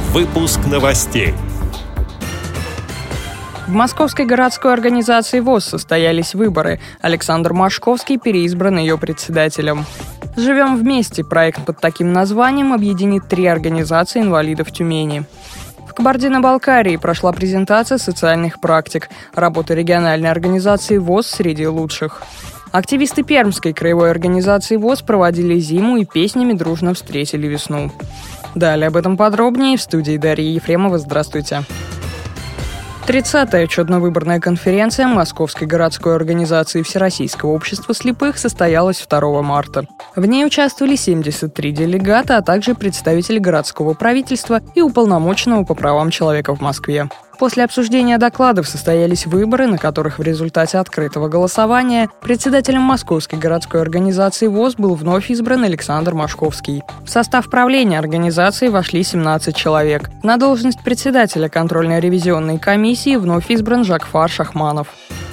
Выпуск новостей. В Московской городской организации ВОС состоялись выборы. Александр Машковский переизбран ее председателем. «Живем вместе» – проект под таким названием объединит 3 организации инвалидов Тюмени. В Кабардино-Балкарии прошла презентация социальных практик. Работа региональной организации ВОС среди лучших. Активисты Пермской краевой организации ВОС проводили зиму и песнями дружно встретили весну. Далее об этом подробнее в студии Дарьи Ефремова. Здравствуйте. 30-я учетно-выборная конференция Московской городской организации Всероссийского общества слепых состоялась 2 марта. В ней участвовали 73 делегата, а также представители городского правительства и уполномоченного по правам человека в Москве. После обсуждения докладов состоялись выборы, на которых в результате открытого голосования председателем Московской городской организации ВОС был вновь избран Александр Машковский. В состав правления организации вошли 17 человек. На должность председателя контрольно-ревизионной комиссии вновь избран Жакфар Шахманов.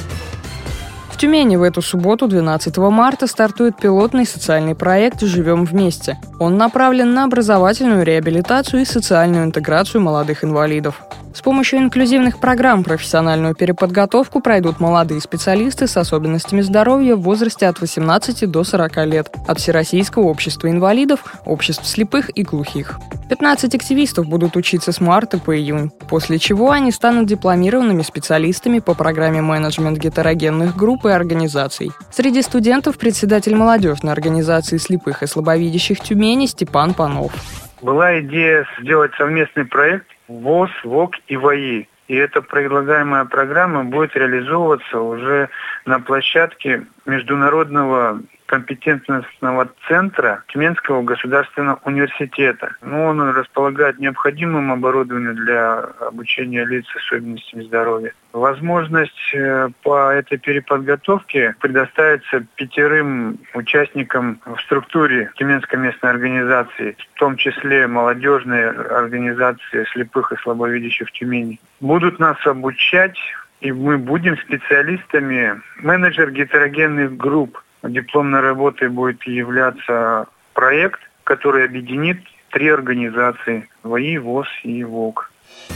В Тюмени в эту субботу, 12 марта, стартует пилотный социальный проект «Живем вместе». Он направлен на образовательную реабилитацию и социальную интеграцию молодых инвалидов. С помощью инклюзивных программ профессиональную переподготовку пройдут молодые специалисты с особенностями здоровья в возрасте от 18 до 40 лет от Всероссийского общества инвалидов, обществ слепых и глухих. 15 активистов будут учиться с марта по июнь, после чего они станут дипломированными специалистами по программе «Менеджмент гетерогенных групп и организаций». Среди студентов председатель молодежной организации слепых и слабовидящих Тюмени Степан Панов. Была идея сделать совместный проект ВОС, ВОК и ВАИ. И эта предлагаемая программа будет реализовываться уже на площадке Международного компетентностного центра Тюменского государственного университета. Он располагает необходимым оборудованием для обучения лиц с особенностями здоровья. Возможность по этой переподготовке предоставится 5 участникам в структуре Тюменской местной организации, в том числе молодежной организации слепых и слабовидящих в Тюмени. Будут нас обучать, и мы будем специалистами менеджер гетерогенных групп. Дипломной работой будет являться проект, который объединит 3 организации – ВАИ, ВОС и ВОК.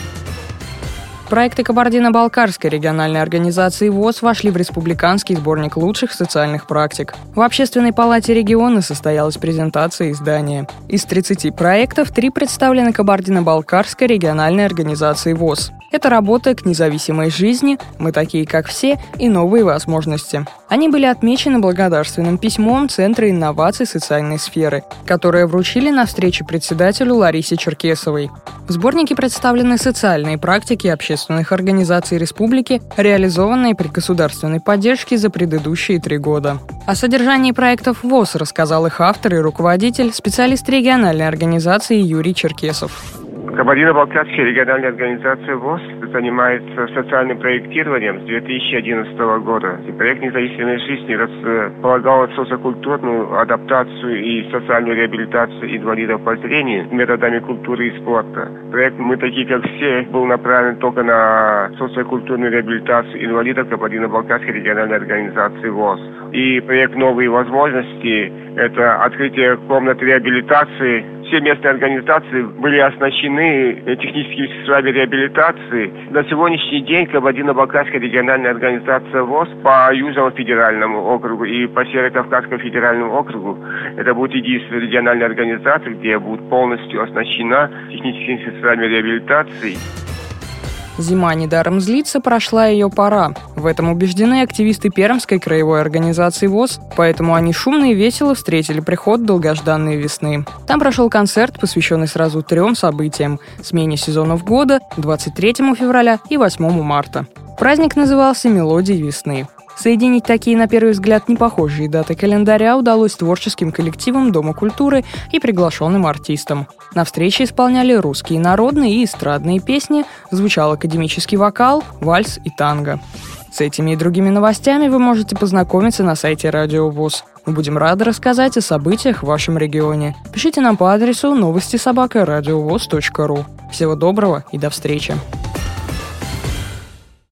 Проекты Кабардино-Балкарской региональной организации ВОС вошли в республиканский сборник лучших социальных практик. В Общественной палате региона состоялась презентация издания. Из 30 проектов 3 представлены Кабардино-Балкарской региональной организацией ВОС. Это работа «К независимой жизни», «Мы такие, как все» и «Новые возможности». Они были отмечены благодарственным письмом Центра инноваций социальной сферы, которое вручили на встрече председателю Ларисе Черкесовой. В сборнике представлены социальные практики общественных организаций республики, реализованные при государственной поддержке за предыдущие 3 года. О содержании проектов ВОС рассказал их автор и руководитель, специалист региональной организации Юрий Черкесов. Кабардино-Балкарская региональная организация ВОС занимается социальным проектированием с 2011 года. И проект «Независимой жизни» располагал социокультурную адаптацию и социальную реабилитацию инвалидов по зрению методами культуры и спорта. Проект «Мы такие, как все» был направлен только на социокультурную реабилитацию инвалидов Кабардино-Балкарской региональной организации ВОС. И проект «Новые возможности» – это открытие комнат реабилитации. Все местные организации были оснащены техническими средствами реабилитации. На сегодняшний день Кабардино-Балкарская региональная организация ВОС по Южному федеральному округу и по Северо-Кавказскому федеральному округу это будет единственная региональная организация, где будет полностью оснащена техническими средствами реабилитации. Зима недаром злится, прошла ее пора. В этом убеждены активисты Пермской краевой организации ВОС, поэтому они шумно и весело встретили приход долгожданной весны. Там прошел концерт, посвященный сразу 3 событиям – смене сезонов года, 23 февраля и 8 марта. Праздник назывался «Мелодии весны». Соединить такие, на первый взгляд, непохожие даты календаря удалось творческим коллективам Дома культуры и приглашенным артистам. На встрече исполняли русские народные и эстрадные песни, звучал академический вокал, вальс и танго. С этими и другими новостями вы можете познакомиться на сайте Радио ВОС. Мы будем рады рассказать о событиях в вашем регионе. Пишите нам по адресу новости@радиовос.ру. Всего доброго и до встречи!